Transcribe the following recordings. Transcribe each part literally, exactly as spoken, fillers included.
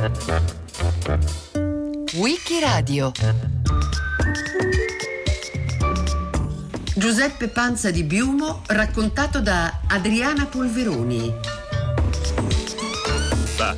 Wikiradio. Giuseppe Pansa di Biumo, raccontato da Adriana Polveroni. Va.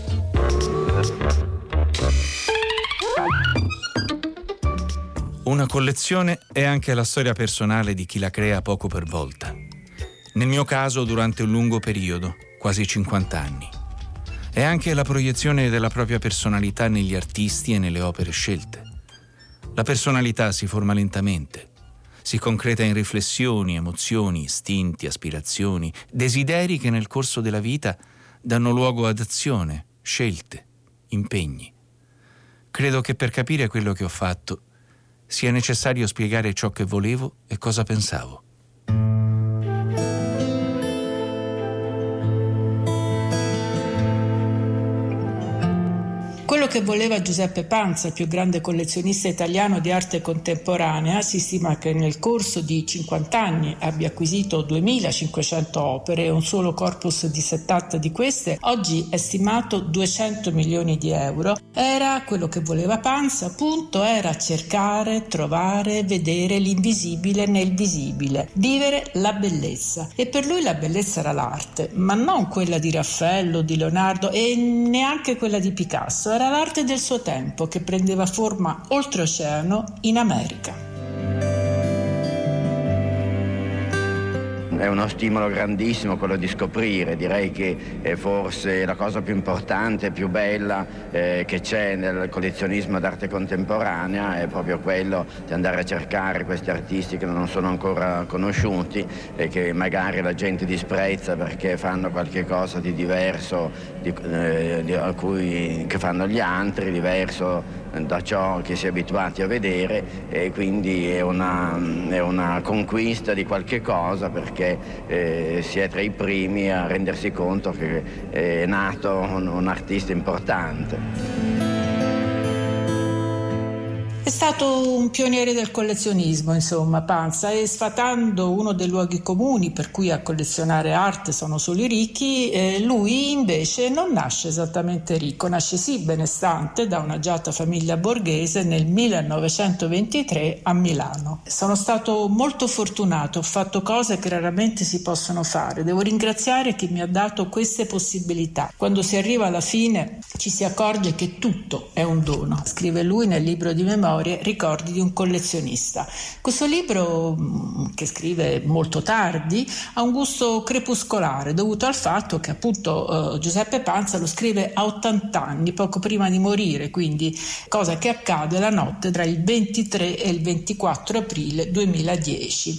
Una collezione è anche la storia personale di chi la crea poco per volta. Nel mio caso durante un lungo periodo, quasi cinquanta anni. È anche la proiezione della propria personalità negli artisti e nelle opere scelte. La personalità si forma lentamente, si concreta in riflessioni, emozioni, istinti, aspirazioni, desideri che nel corso della vita danno luogo ad azione, scelte, impegni. Credo che per capire quello che ho fatto sia necessario spiegare ciò che volevo e cosa pensavo. Quello che voleva Giuseppe Pansa, il più grande collezionista italiano di arte contemporanea, si stima che nel corso di cinquanta anni abbia acquisito duemilacinquecento opere e un solo corpus di settanta di queste, oggi è stimato duecento milioni di euro. Era quello che voleva Pansa, appunto, era cercare, trovare, vedere l'invisibile nel visibile, vivere la bellezza. E per lui la bellezza era l'arte, ma non quella di Raffaello, di Leonardo e neanche quella di Picasso. Era l'arte del suo tempo che prendeva forma oltreoceano in America. È uno stimolo grandissimo quello di scoprire, direi che è forse la cosa più importante, più bella eh, che c'è nel collezionismo d'arte contemporanea, è proprio quello di andare a cercare questi artisti che non sono ancora conosciuti e che magari la gente disprezza perché fanno qualche cosa di diverso di, eh, di, a cui, che fanno gli altri, diverso da ciò che si è abituati a vedere, e quindi è una, è una conquista di qualche cosa, perché eh, si è tra i primi a rendersi conto che è nato un, un artista importante. È stato un pioniere del collezionismo, insomma, Pansa, e sfatando uno dei luoghi comuni per cui a collezionare arte sono solo i ricchi, eh, lui invece non nasce esattamente ricco, nasce sì benestante da un'agiata famiglia borghese nel millenovecentoventitré a Milano. Sono stato molto fortunato, ho fatto cose che raramente si possono fare, devo ringraziare chi mi ha dato queste possibilità. Quando si arriva alla fine ci si accorge che tutto è un dono, scrive lui nel libro di memoria Ricordi di un collezionista. Questo libro, che scrive molto tardi, ha un gusto crepuscolare dovuto al fatto che appunto eh, Giuseppe Pansa lo scrive a ottanta anni, poco prima di morire, quindi cosa che accade la notte tra il ventitré e il ventiquattro aprile duemiladieci.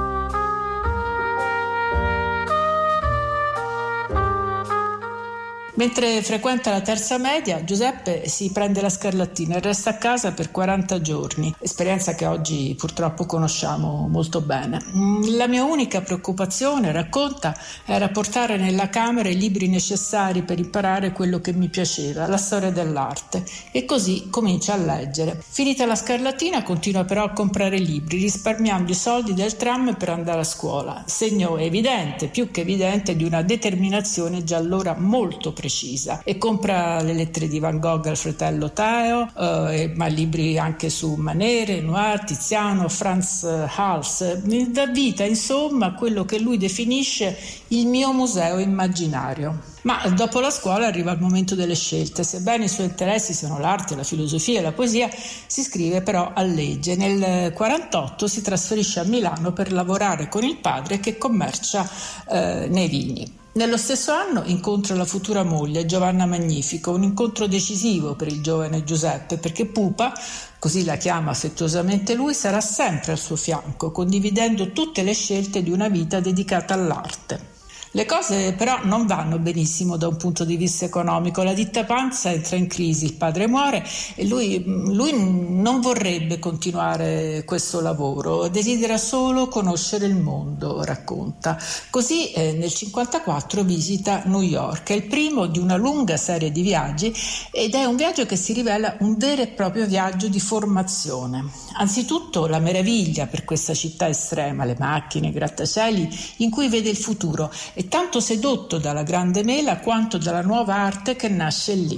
Mentre frequenta la terza media, Giuseppe si prende la scarlattina e resta a casa per quaranta giorni, esperienza che oggi purtroppo conosciamo molto bene. La mia unica preoccupazione, racconta, era portare nella camera i libri necessari per imparare quello che mi piaceva, la storia dell'arte, e così comincia a leggere. Finita la scarlattina continua però a comprare libri, risparmiando i soldi del tram per andare a scuola, segno evidente, più che evidente, di una determinazione già allora molto precisa. E compra le lettere di Van Gogh al fratello Teo, eh, ma libri anche su Manet, Renoir, Tiziano, Franz Hals. Da vita insomma a quello che lui definisce il mio museo immaginario. Ma dopo la scuola arriva il momento delle scelte. Sebbene i suoi interessi siano l'arte, la filosofia e la poesia, si iscrive però a legge. Nel quarantotto si trasferisce a Milano per lavorare con il padre che commercia eh, nei vigni. Nello stesso anno incontra la futura moglie Giovanna Magnifico, un incontro decisivo per il giovane Giuseppe, perché Pupa, così la chiama affettuosamente lui, sarà sempre al suo fianco, condividendo tutte le scelte di una vita dedicata all'arte. Le cose però non vanno benissimo da un punto di vista economico. La ditta Pansa entra in crisi, il padre muore e lui, lui non vorrebbe continuare questo lavoro, desidera solo conoscere il mondo, racconta. Così eh, nel cinquantaquattro visita New York, è il primo di una lunga serie di viaggi ed è un viaggio che si rivela un vero e proprio viaggio di formazione. Anzitutto la meraviglia per questa città estrema, le macchine, i grattacieli in cui vede il futuro. È tanto sedotto dalla grande mela quanto dalla nuova arte che nasce lì.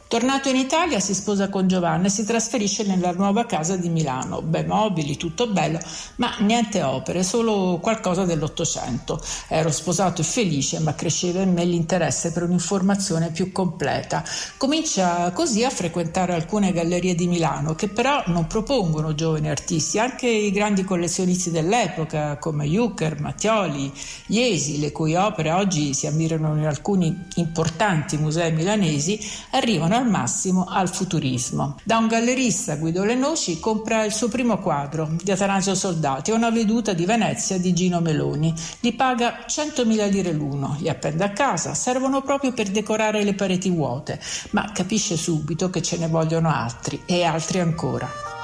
Tornato in Italia si sposa con Giovanna e si trasferisce nella nuova casa di Milano. Beh, mobili, tutto bello, ma niente opere, solo qualcosa dell'Ottocento. Ero sposato e felice, ma cresceva in me l'interesse per un'informazione più completa. Comincia così a frequentare alcune gallerie di Milano, che però non propongono giovani artisti, anche i grandi collezionisti dell'epoca come Jucker, Mattioli, Iesi, le cui opere oggi si ammirano in alcuni importanti musei milanesi, arrivano al massimo al futurismo. Da un gallerista, Guido Lenoci, compra il suo primo quadro di Atanasio Soldati e una veduta di Venezia di Gino Meloni. Li paga centomila lire l'uno, li appende a casa, servono proprio per decorare le pareti vuote, ma capisce subito che ce ne vogliono altri e altri ancora.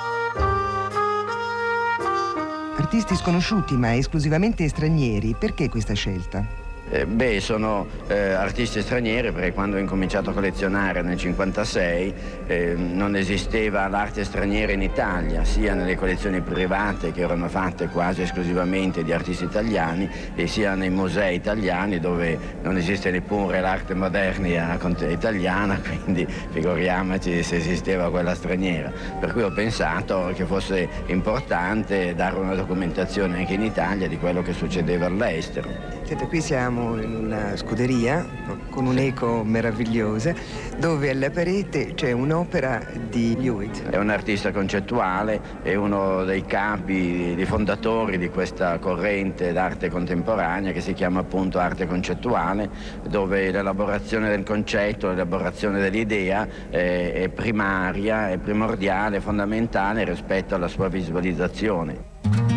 Artisti sconosciuti ma esclusivamente stranieri, perché questa scelta? Eh, beh, sono eh, artisti stranieri perché quando ho incominciato a collezionare nel cinquantasei eh, non esisteva l'arte straniera in Italia, sia nelle collezioni private che erano fatte quasi esclusivamente di artisti italiani e sia nei musei italiani dove non esiste neppure l'arte moderna italiana, quindi figuriamoci se esisteva quella straniera. Per cui ho pensato che fosse importante dare una documentazione anche in Italia di quello che succedeva all'estero. Senta, qui siamo in una scuderia con un'eco meravigliosa dove alla parete c'è un'opera di Hewitt. È un artista concettuale, è uno dei capi, dei fondatori di questa corrente d'arte contemporanea che si chiama appunto arte concettuale, dove l'elaborazione del concetto, l'elaborazione dell'idea è, è primaria, è primordiale, fondamentale rispetto alla sua visualizzazione.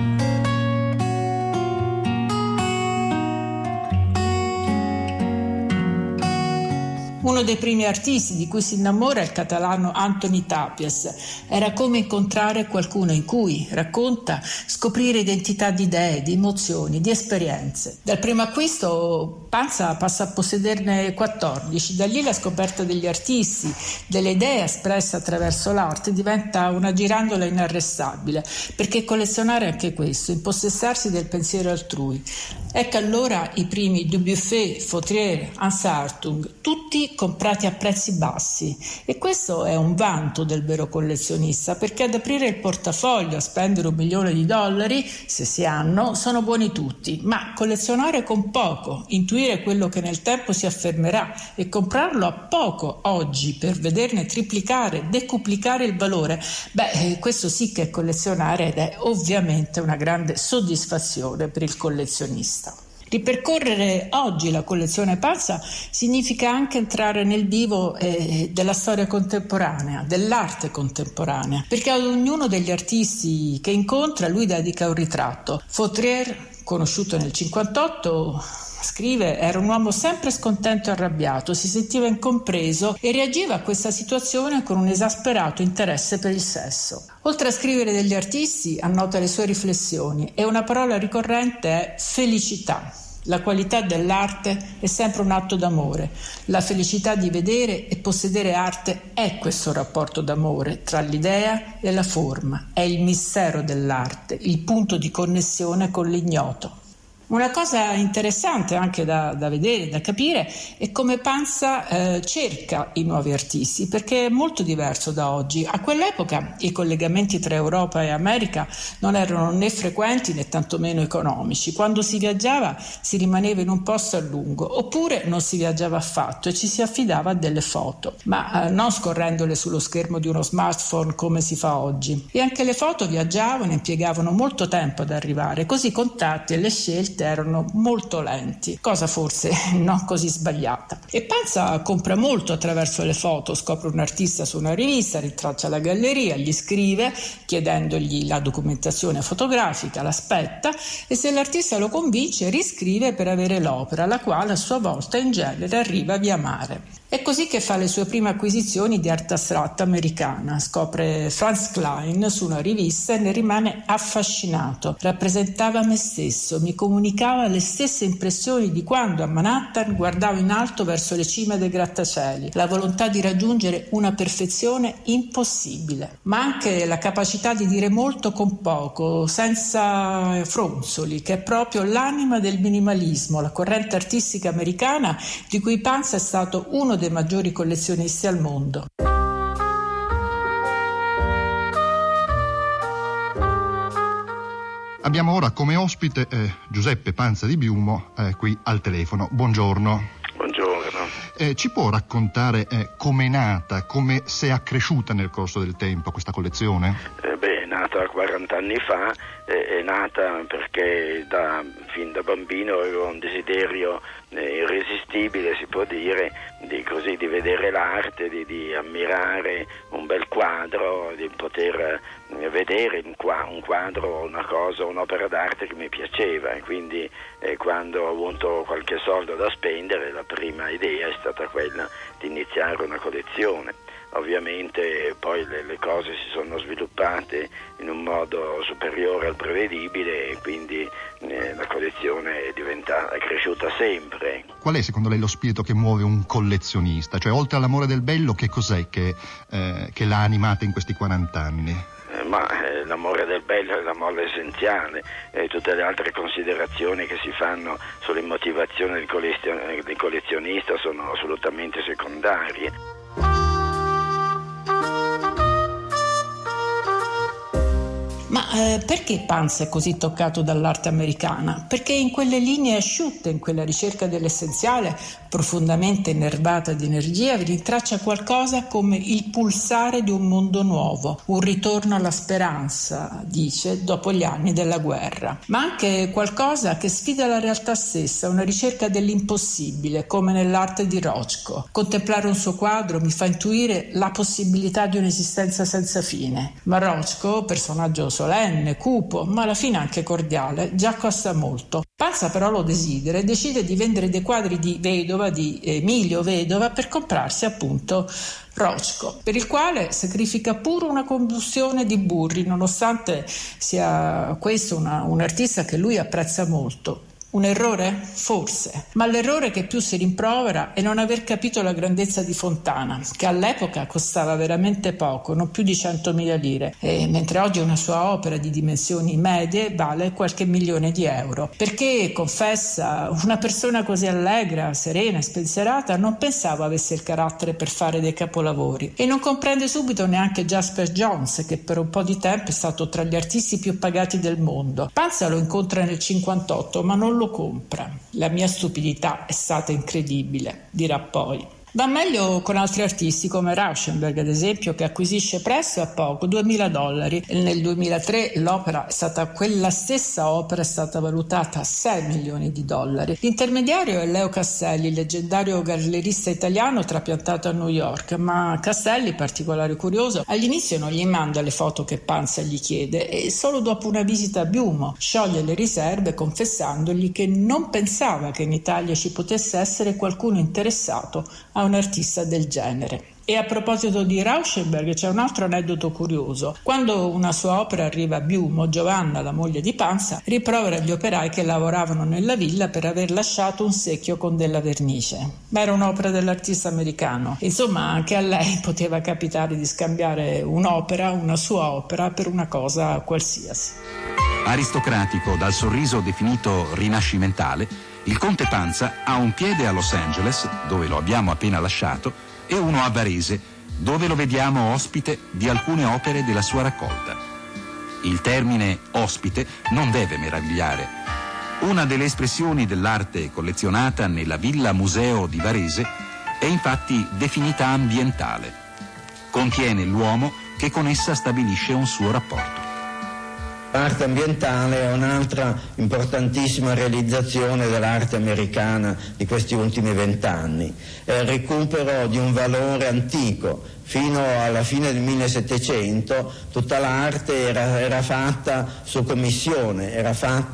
Uno dei primi artisti di cui si innamora è il catalano Antoni Tàpies. Era come incontrare qualcuno in cui, racconta, scoprire identità di idee, di emozioni, di esperienze. Dal primo acquisto Pansa passa a possederne quattordici, da lì la scoperta degli artisti, delle idee espresse attraverso l'arte diventa una girandola inarrestabile, perché collezionare è anche questo, impossessarsi del pensiero altrui. Ecco allora i primi Dubuffet, Fautrier, Hans Hartung, tutti comprati a prezzi bassi, e questo è un vanto del vero collezionista, perché ad aprire il portafoglio, a spendere un milione di dollari, se si hanno, sono buoni tutti, ma collezionare con poco, intuire quello che nel tempo si affermerà e comprarlo a poco oggi per vederne triplicare, decuplicare il valore, beh, questo sì che è collezionare ed è ovviamente una grande soddisfazione per il collezionista. Ripercorrere oggi la collezione Pansa significa anche entrare nel vivo eh, della storia contemporanea, dell'arte contemporanea, perché ad ognuno degli artisti che incontra lui dedica un ritratto. Fautrier, conosciuto nel cinquantotto, scrive: era un uomo sempre scontento e arrabbiato, si sentiva incompreso e reagiva a questa situazione con un esasperato interesse per il sesso. Oltre a scrivere degli artisti, annota le sue riflessioni e una parola ricorrente è felicità. La qualità dell'arte è sempre un atto d'amore. La felicità di vedere e possedere arte è questo rapporto d'amore tra l'idea e la forma. È il mistero dell'arte, il punto di connessione con l'ignoto. Una cosa interessante anche da, da vedere, da capire, è come Pansa eh, cerca i nuovi artisti, perché è molto diverso da oggi. A quell'epoca i collegamenti tra Europa e America non erano né frequenti né tantomeno economici. Quando si viaggiava si rimaneva in un posto a lungo, oppure non si viaggiava affatto e ci si affidava a delle foto, ma eh, non scorrendole sullo schermo di uno smartphone come si fa oggi. E anche le foto viaggiavano e impiegavano molto tempo ad arrivare, così i contatti e le scelte erano molto lenti, cosa forse non così sbagliata. E Pansa compra molto attraverso le foto, scopre un artista su una rivista, ritraccia la galleria, gli scrive chiedendogli la documentazione fotografica, l'aspetta e se l'artista lo convince riscrive per avere l'opera, la quale a sua volta in genere arriva via mare. È così che fa le sue prime acquisizioni di arte astratta americana, scopre Franz Klein su una rivista e ne rimane affascinato. Rappresentava me stesso, mi comunicava comunicava le stesse impressioni di quando a Manhattan guardavo in alto verso le cime dei grattacieli, la volontà di raggiungere una perfezione impossibile, ma anche la capacità di dire molto con poco, senza fronzoli, che è proprio l'anima del minimalismo, la corrente artistica americana di cui Panza è stato uno dei maggiori collezionisti al mondo. Abbiamo ora come ospite eh, Giuseppe Panza di Biumo eh, qui al telefono. Buongiorno. Buongiorno. Eh, ci può raccontare eh, come è nata, come si è accresciuta nel corso del tempo questa collezione? Eh beh, è nata quaranta anni fa, eh, è nata perché da, fin da bambino avevo un desiderio eh, irresistibile, si può dire, di, così, di vedere l'arte, di, di ammirare un bel quadro, di poter eh, vedere un, qua, un quadro, una cosa, un'opera d'arte che mi piaceva, e quindi eh, quando ho avuto qualche soldo da spendere la prima idea è stata quella di iniziare una collezione. Ovviamente poi le, le cose si sono sviluppate in un modo superiore al prevedibile e quindi eh, la collezione è diventata, è cresciuta sempre. Qual è secondo lei lo spirito che muove un collezionista? Cioè, oltre all'amore del bello, che cos'è che, eh, che l'ha animata in questi quaranta anni? Eh, ma eh, l'amore del bello è l'amore essenziale, e tutte le altre considerazioni che si fanno sulle motivazioni del, collezio- del collezionista sono assolutamente secondarie. Ma eh, perché Panza è così toccato dall'arte americana? Perché in quelle linee asciutte, in quella ricerca dell'essenziale, profondamente innervata di energia, vi rintraccia qualcosa come il pulsare di un mondo nuovo, un ritorno alla speranza, dice, dopo gli anni della guerra. Ma anche qualcosa che sfida la realtà stessa, una ricerca dell'impossibile, come nell'arte di Rothko. Contemplare un suo quadro mi fa intuire la possibilità di un'esistenza senza fine. Ma Rothko, personaggio solenne, cupo, ma alla fine anche cordiale, già costa molto. Panza però lo desidera e decide di vendere dei quadri di Vedova, di Emilio Vedova, per comprarsi appunto Rothko, per il quale sacrifica pure una combustione di burri, nonostante sia questo una, un artista che lui apprezza molto. Un errore? Forse, ma l'errore che più si rimprovera è non aver capito la grandezza di Fontana, che all'epoca costava veramente poco, non più di centomila lire, e mentre oggi una sua opera di dimensioni medie vale qualche milione di euro. Perché, confessa, una persona così allegra, serena e spensierata non pensavo avesse il carattere per fare dei capolavori, e non comprende subito neanche Jasper Johns, che per un po' di tempo è stato tra gli artisti più pagati del mondo. Panza lo incontra nel cinquantotto, ma non lo compra. La mia stupidità è stata incredibile, dirà poi. Va meglio con altri artisti come Rauschenberg, ad esempio, che acquisisce presto e a poco duemila dollari. Nel duemilatré l'opera è stata quella stessa opera è stata valutata a sei milioni di dollari. L'intermediario è Leo Castelli, il leggendario gallerista italiano trapiantato a New York, ma Castelli, particolare curioso, all'inizio non gli manda le foto che Panza gli chiede e solo dopo una visita a Biumo scioglie le riserve, confessandogli che non pensava che in Italia ci potesse essere qualcuno interessato a un artista del genere. E a proposito di Rauschenberg c'è un altro aneddoto curioso. Quando una sua opera arriva a Biumo, Giovanna, la moglie di Panza, rimprovera gli operai che lavoravano nella villa per aver lasciato un secchio con della vernice. Ma era un'opera dell'artista americano. Insomma, anche a lei poteva capitare di scambiare un'opera, una sua opera, per una cosa qualsiasi. Aristocratico, dal sorriso definito rinascimentale, il conte Panza ha un piede a Los Angeles, dove lo abbiamo appena lasciato, e uno a Varese, dove lo vediamo ospite di alcune opere della sua raccolta. Il termine ospite non deve meravigliare. Una delle espressioni dell'arte collezionata nella Villa Museo di Varese è infatti definita ambientale. Contiene l'uomo che con essa stabilisce un suo rapporto. L'arte ambientale è un'altra importantissima realizzazione dell'arte americana di questi ultimi vent'anni. È il recupero di un valore antico. Fino alla fine del millesettecento tutta l'arte era, era fatta su commissione, era fatta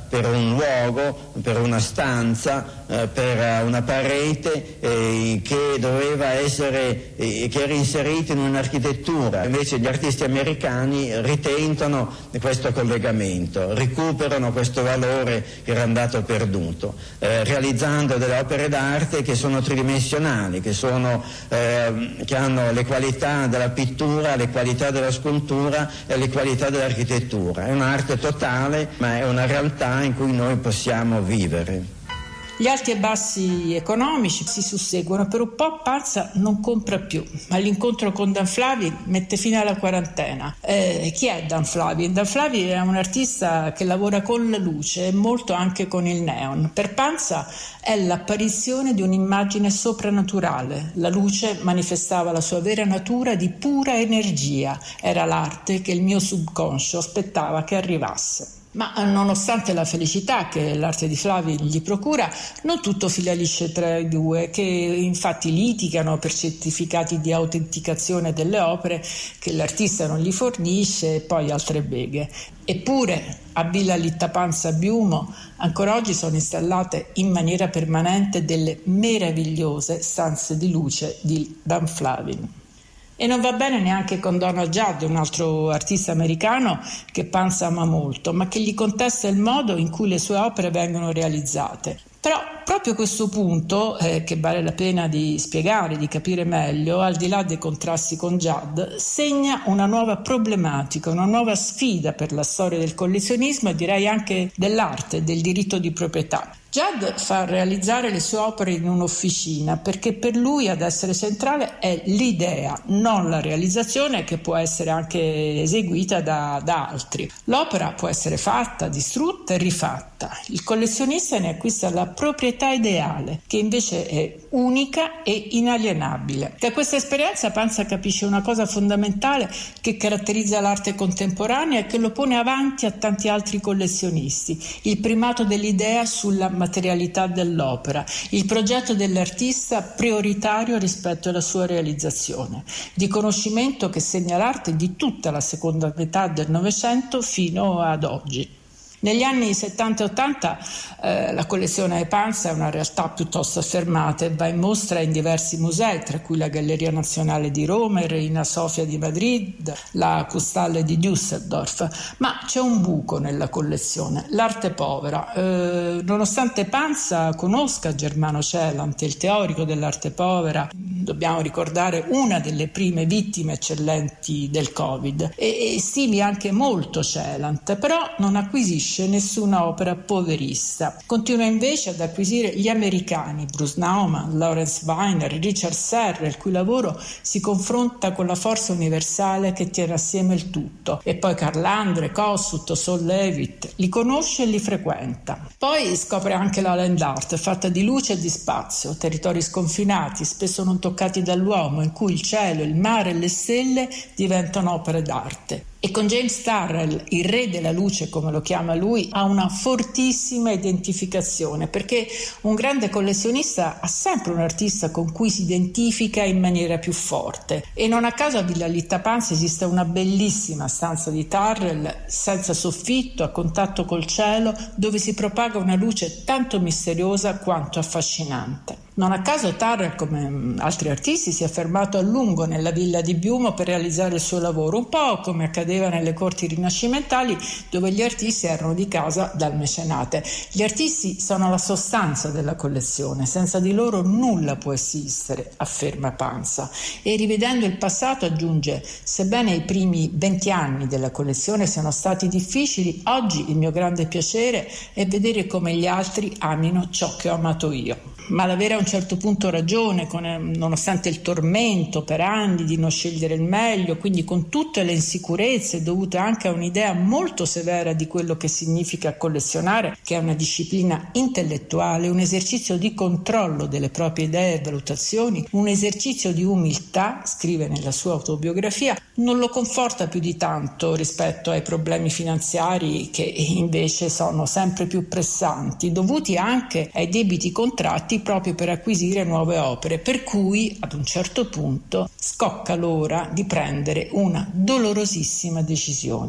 per un luogo, per una stanza, eh, per una parete eh, che doveva essere, eh, che era inserita in un'architettura. Invece gli artisti americani ritentono questo collegamento, recuperano questo valore che era andato perduto, eh, realizzando delle opere d'arte che sono tridimensionali, che, sono, eh, che hanno le qualità della pittura, le qualità della scultura e le qualità dell'architettura. È un'arte totale, ma è una realtà in cui noi possiamo vivere. Gli alti e bassi economici si susseguono, per un po' Pansa non compra più. All'incontro con Dan Flavin mette fine alla quarantena. Eh, chi è Dan Flavin? Dan Flavin è un artista che lavora con la luce e molto anche con il neon. Per Pansa è l'apparizione di un'immagine soprannaturale. La luce manifestava la sua vera natura di pura energia. Era l'arte che il mio subconscio aspettava che arrivasse. Ma nonostante la felicità che l'arte di Flavin gli procura, non tutto fila lisce tra i due, che infatti litigano per certificati di autenticazione delle opere che l'artista non gli fornisce e poi altre beghe. Eppure a Villa Littapanza Biumo ancora oggi sono installate in maniera permanente delle meravigliose stanze di luce di Dan Flavin. E non va bene neanche con Donald Judd, un altro artista americano che Pansa ama molto, ma che gli contesta il modo in cui le sue opere vengono realizzate. Però proprio questo punto, eh, che vale la pena di spiegare, di capire meglio, al di là dei contrasti con Judd, segna una nuova problematica, una nuova sfida per la storia del collezionismo e direi anche dell'arte, del diritto di proprietà. Judd fa realizzare le sue opere in un'officina perché per lui ad essere centrale è l'idea, non la realizzazione, che può essere anche eseguita da, da altri. L'opera può essere fatta, distrutta e rifatta. Il collezionista ne acquista la proprietà ideale, che invece è unica e inalienabile. Da questa esperienza Pansa capisce una cosa fondamentale che caratterizza l'arte contemporanea e che lo pone avanti a tanti altri collezionisti: il primato dell'idea sulla materialità dell'opera, il progetto dell'artista prioritario rispetto alla sua realizzazione, riconoscimento che segna l'arte di tutta la seconda metà del Novecento fino ad oggi. Negli anni settanta e ottanta eh, la collezione Pansa è una realtà piuttosto affermata e va in mostra in diversi musei, tra cui la Galleria Nazionale di Roma, il Reina Sofia di Madrid, la Kustalle di Düsseldorf. Ma c'è un buco nella collezione, l'arte povera. Eh, nonostante Pansa conosca Germano Celant, il teorico dell'arte povera, dobbiamo ricordare una delle prime vittime eccellenti del Covid, e, e stimi anche molto Celant, però non acquisisce nessuna opera poverista. Continua invece ad acquisire gli americani, Bruce Nauman, Lawrence Weiner, Richard Serra, il cui lavoro si confronta con la forza universale che tiene assieme il tutto. E poi Karl Andre, Kossuth, Sol Levitt, li conosce e li frequenta. Poi scopre anche la land art, fatta di luce e di spazio, territori sconfinati, spesso non toccati dall'uomo, in cui il cielo, il mare e le stelle diventano opere d'arte. E con James Turrell, il re della luce come lo chiama lui, ha una fortissima identificazione, perché un grande collezionista ha sempre un artista con cui si identifica in maniera più forte. E non a caso a Villa Littapanza esiste una bellissima stanza di Turrell senza soffitto, a contatto col cielo, dove si propaga una luce tanto misteriosa quanto affascinante. Non a caso Turrell, come altri artisti, si è fermato a lungo nella villa di Biumo per realizzare il suo lavoro, un po' come accadeva nelle corti rinascimentali, dove gli artisti erano di casa dal mecenate. Gli artisti sono la sostanza della collezione, senza di loro nulla può esistere, afferma Pansa. E rivedendo il passato aggiunge: sebbene i primi venti anni della collezione siano stati difficili, oggi il mio grande piacere è vedere come gli altri amino ciò che ho amato io. Ma l'avere a un certo punto ragione, con, nonostante il tormento per anni di non scegliere il meglio, quindi con tutte le insicurezze dovute anche a un'idea molto severa di quello che significa collezionare, che è una disciplina intellettuale, un esercizio di controllo delle proprie idee e valutazioni, un esercizio di umiltà, scrive nella sua autobiografia, non lo conforta più di tanto rispetto ai problemi finanziari che invece sono sempre più pressanti, dovuti anche ai debiti contratti proprio per acquisire nuove opere, per cui ad un certo punto scocca l'ora di prendere una dolorosissima decisione.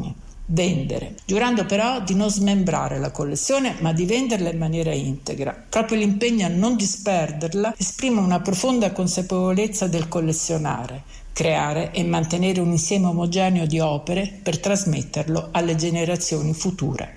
vendere, giurando però di non smembrare la collezione ma di venderla in maniera integra. Proprio l'impegno a non disperderla esprime una profonda consapevolezza del collezionare, creare e mantenere un insieme omogeneo di opere per trasmetterlo alle generazioni future.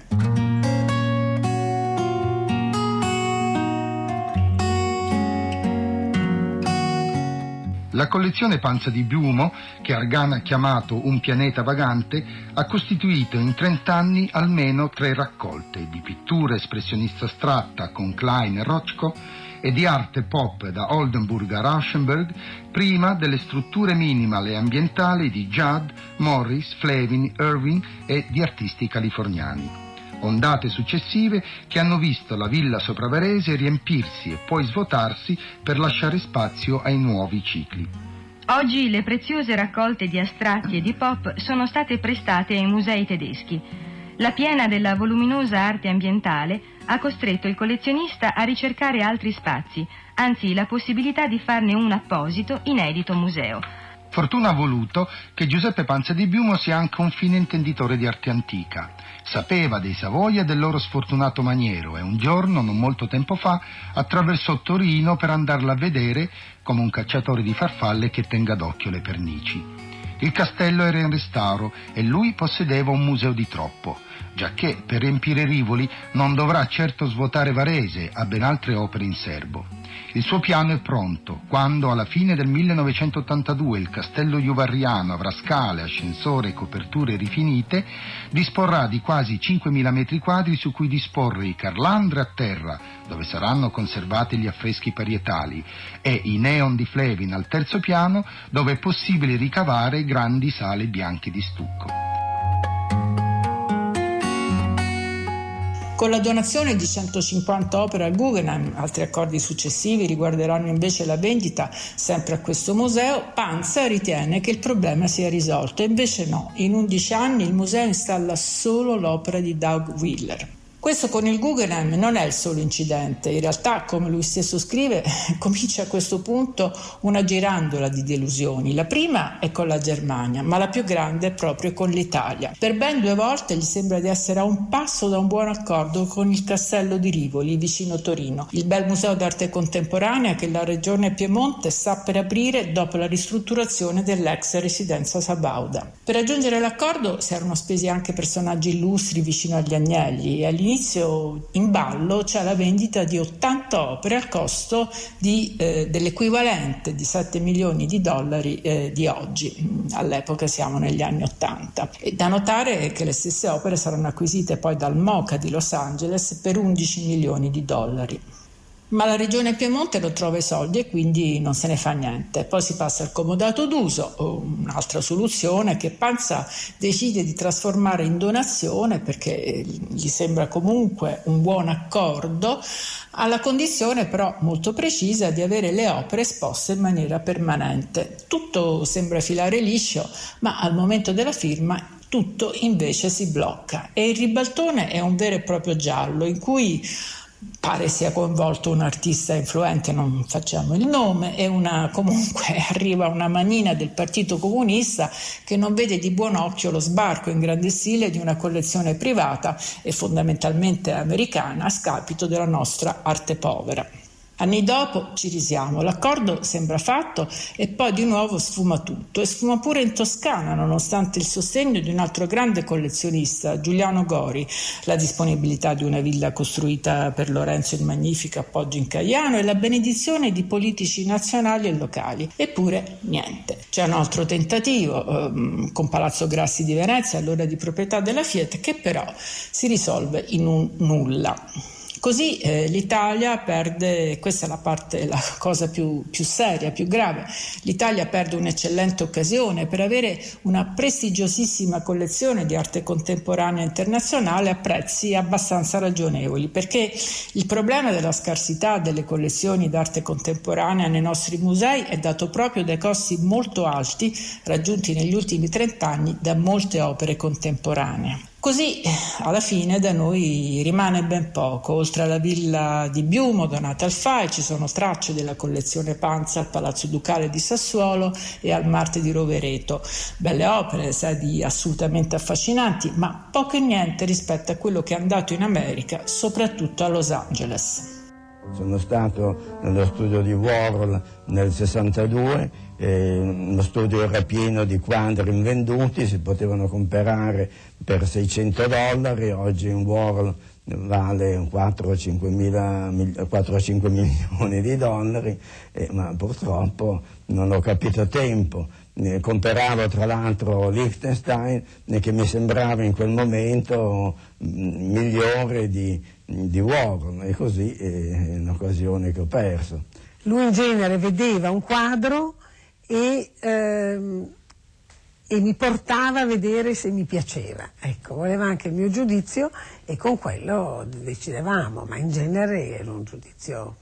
La collezione Panza di Biumo, che Argan ha chiamato Un pianeta vagante, ha costituito in trent'anni almeno tre raccolte di pittura espressionista astratta con Klein e Rothko e di arte pop da Oldenburg a Rauschenberg, prima delle strutture minimal e ambientali di Judd, Morris, Flavin, Irving e di artisti californiani. Ondate successive che hanno visto la villa sopravarese riempirsi e poi svuotarsi per lasciare spazio ai nuovi cicli. Oggi le preziose raccolte di astratti e di pop sono state prestate ai musei tedeschi. La piena della voluminosa arte ambientale ha costretto il collezionista a ricercare altri spazi, anzi la possibilità di farne un apposito, inedito museo. Fortuna ha voluto che Giuseppe Panza di Biumo sia anche un fine intenditore di arte antica. Sapeva dei Savoia e del loro sfortunato maniero e un giorno, non molto tempo fa, attraversò Torino per andarla a vedere come un cacciatore di farfalle che tenga d'occhio le pernici. Il castello era in restauro e lui possedeva un museo di troppo, giacché per riempire i rivoli non dovrà certo svuotare Varese, ha ben altre opere in serbo. Il suo piano è pronto quando alla fine del millenovecentottantadue il castello juvarriano avrà scale, ascensore e coperture rifinite, disporrà di quasi cinquemila metri quadri su cui disporre i carlandre a terra, dove saranno conservati gli affreschi parietali, e i neon di Flavin al terzo piano, dove è possibile ricavare grandi sale bianche di stucco. Con la donazione di centocinquanta opere al Guggenheim, altri accordi successivi riguarderanno invece la vendita sempre a questo museo, Panza ritiene che il problema sia risolto, e invece no, in undici anni il museo installa solo l'opera di Doug Wheeler. Questo con il Guggenheim non è il solo incidente, in realtà, come lui stesso scrive, comincia a questo punto una girandola di delusioni. La prima è con la Germania, ma la più grande è proprio con l'Italia. Per ben due volte gli sembra di essere a un passo da un buon accordo con il Castello di Rivoli, vicino Torino, il bel museo d'arte contemporanea che la regione Piemonte sta per aprire dopo la ristrutturazione dell'ex residenza Sabauda. Per raggiungere l'accordo si erano spesi anche personaggi illustri vicino agli agnelli, e all'inizio Inizio in ballo c'è la vendita di ottanta opere al costo di, eh, dell'equivalente di sette milioni di dollari eh, di oggi. All'epoca siamo negli anni ottanta. E da notare che le stesse opere saranno acquisite poi dal MoCA di Los Angeles per undici milioni di dollari. Ma la regione Piemonte non trova i soldi e quindi non se ne fa niente. Poi si passa al comodato d'uso, un'altra soluzione che Panza decide di trasformare in donazione perché gli sembra comunque un buon accordo, alla condizione però molto precisa di avere le opere esposte in maniera permanente. Tutto sembra filare liscio, ma al momento della firma tutto invece si blocca e il ribaltone è un vero e proprio giallo in cui pare sia coinvolto un artista influente, non facciamo il nome, e una, comunque arriva una manina del Partito Comunista che non vede di buon occhio lo sbarco in grande stile di una collezione privata e fondamentalmente americana a scapito della nostra arte povera. Anni dopo ci risiamo, l'accordo sembra fatto e poi di nuovo sfuma tutto, e sfuma pure in Toscana nonostante il sostegno di un altro grande collezionista, Giuliano Gori, la disponibilità di una villa costruita per Lorenzo il Magnifico a Poggio in Caiano e la benedizione di politici nazionali e locali. Eppure niente. C'è un altro tentativo ehm, con Palazzo Grassi di Venezia, allora di proprietà della Fiat, che però si risolve in un nulla. Così eh, l'Italia perde, questa è la parte, la cosa più, più seria, più grave, l'Italia perde un'eccellente occasione per avere una prestigiosissima collezione di arte contemporanea internazionale a prezzi abbastanza ragionevoli, perché il problema della scarsità delle collezioni d'arte contemporanea nei nostri musei è dato proprio dai costi molto alti raggiunti negli ultimi trent'anni da molte opere contemporanee. Così alla fine da noi rimane ben poco. Oltre alla villa di Biumo donata al F A I ci sono tracce della collezione Pansa al Palazzo Ducale di Sassuolo e al Marte di Rovereto. Belle opere, sedi assolutamente affascinanti, ma poco e niente rispetto a quello che è andato in America, soprattutto a Los Angeles. Sono stato nello studio di Warhol nel sessantadue, eh, lo studio era pieno di quadri invenduti, si potevano comprare per seicento dollari, oggi un Warhol vale quattro o cinque milioni di dollari, eh, ma purtroppo non ho capito a tempo. Eh, comperavo tra l'altro Liechtenstein, eh, che mi sembrava in quel momento mh, migliore di, di Warhol, e così è un'occasione che ho perso. Lui in genere vedeva un quadro e, ehm, e mi portava a vedere se mi piaceva. Ecco, voleva anche il mio giudizio e con quello decidevamo, ma in genere era un giudizio.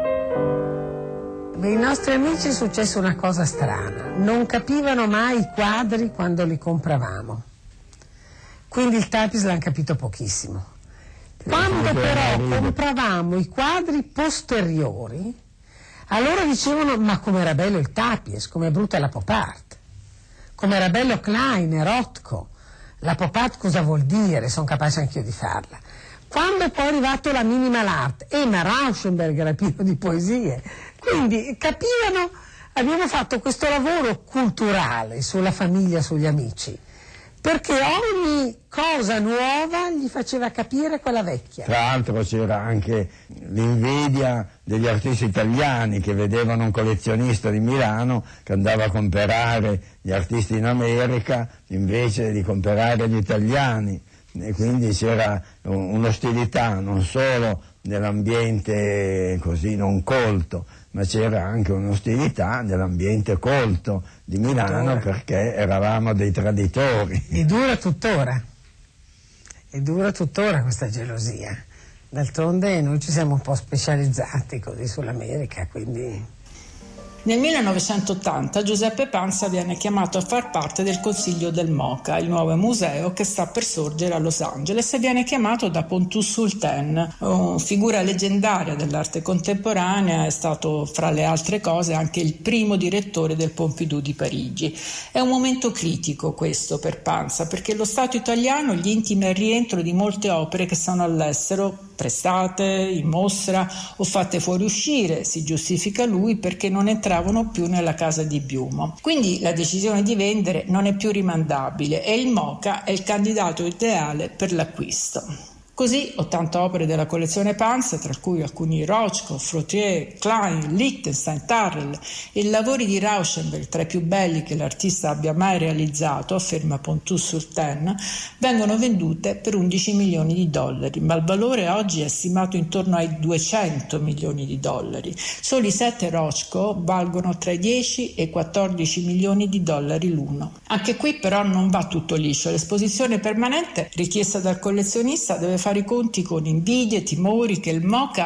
Ai nostri amici è successa una cosa strana, non capivano mai i quadri quando li compravamo, quindi il Taipis l'hanno capito pochissimo. Quando però compravamo i quadri posteriori, allora dicevano: ma com'era bello il Tapies, com'è brutta la pop art, com'era bello Klein e Rothko, la pop art cosa vuol dire, sono capace anch'io di farla. Quando è poi arrivato la minimal art, e ma Rauschenberg era pieno di poesie, quindi capivano, abbiamo fatto questo lavoro culturale sulla famiglia, sugli amici, perché ogni cosa nuova gli faceva capire quella vecchia. Tra l'altro c'era anche l'invidia degli artisti italiani che vedevano un collezionista di Milano che andava a comprare gli artisti in America invece di comprare gli italiani, e quindi c'era un'ostilità non solo nell'ambiente così non colto, ma c'era anche un'ostilità nell'ambiente colto di Milano, perché eravamo dei traditori. E dura tuttora, e dura tuttora questa gelosia. D'altronde noi ci siamo un po' specializzati così sull'America, quindi... Nel millenovecentottanta Giuseppe Pansa viene chiamato a far parte del Consiglio del MoCA, il nuovo museo che sta per sorgere a Los Angeles, e viene chiamato da Pontus Sultan, una figura leggendaria dell'arte contemporanea. È stato, fra le altre cose, anche il primo direttore del Pompidou di Parigi. È un momento critico questo per Pansa, perché lo Stato italiano gli intima il rientro di molte opere che sono all'estero, prestate, in mostra o fatte fuoriuscire, si giustifica lui, perché non entravano più nella casa di Biumo. Quindi la decisione di vendere non è più rimandabile e il MoCA è il candidato ideale per l'acquisto. Così ottanta opere della collezione Pansa, tra cui alcuni Rothko, Frotier, Klein, Liechtenstein, Tarrell e lavori di Rauschenberg, tra i più belli che l'artista abbia mai realizzato, afferma Pontus Sultan, vengono vendute per undici milioni di dollari, ma il valore oggi è stimato intorno ai duecento milioni di dollari. Solo i sette Rothko valgono tra i dieci e i quattordici milioni di dollari l'uno. Anche qui però non va tutto liscio. L'esposizione permanente richiesta dal collezionista deve fare i conti con invidie, timori che il MoCA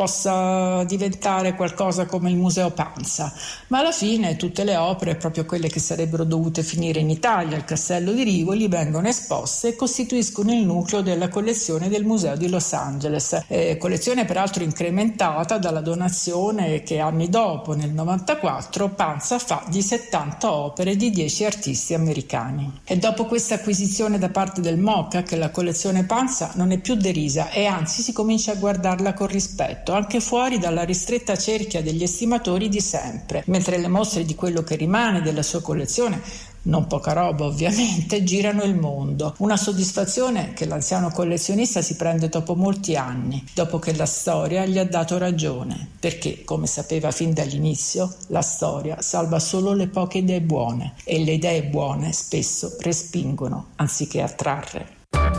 possa diventare qualcosa come il Museo Pansa, ma alla fine tutte le opere, proprio quelle che sarebbero dovute finire in Italia, al Castello di Rivoli, vengono esposte e costituiscono il nucleo della collezione del Museo di Los Angeles, eh, collezione peraltro incrementata dalla donazione che anni dopo, nel novantaquattro, Pansa fa di settanta opere di dieci artisti americani. E dopo questa acquisizione da parte del MoCA, che la collezione Pansa non è più derisa e anzi si comincia a guardarla con rispetto, anche fuori dalla ristretta cerchia degli estimatori di sempre, mentre le mostre di quello che rimane della sua collezione, non poca roba ovviamente, girano il mondo. Una soddisfazione che l'anziano collezionista si prende dopo molti anni, dopo che la storia gli ha dato ragione, perché, come sapeva fin dall'inizio, la storia salva solo le poche idee buone e le idee buone spesso respingono anziché attrarre.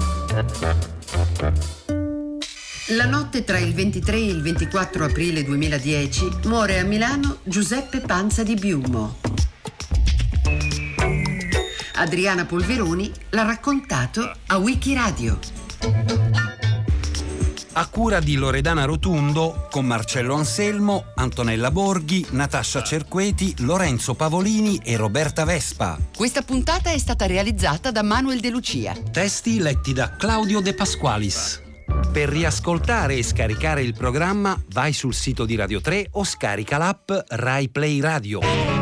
La notte tra il ventitré e il ventiquattro aprile duemiladieci muore a Milano Giuseppe Pansa di Biumo. Adriana Polveroni l'ha raccontato a Wikiradio. a cura di Loredana Rotundo, con Marcello Anselmo, Antonella Borghi, Natascia Cerqueti, Lorenzo Pavolini e Roberta Vespa. Questa puntata è stata realizzata da Manuel De Lucia. Testi letti da Claudio De Pasqualis. Per riascoltare e scaricare il programma vai sul sito di Radio tre o scarica l'app Rai Play Radio.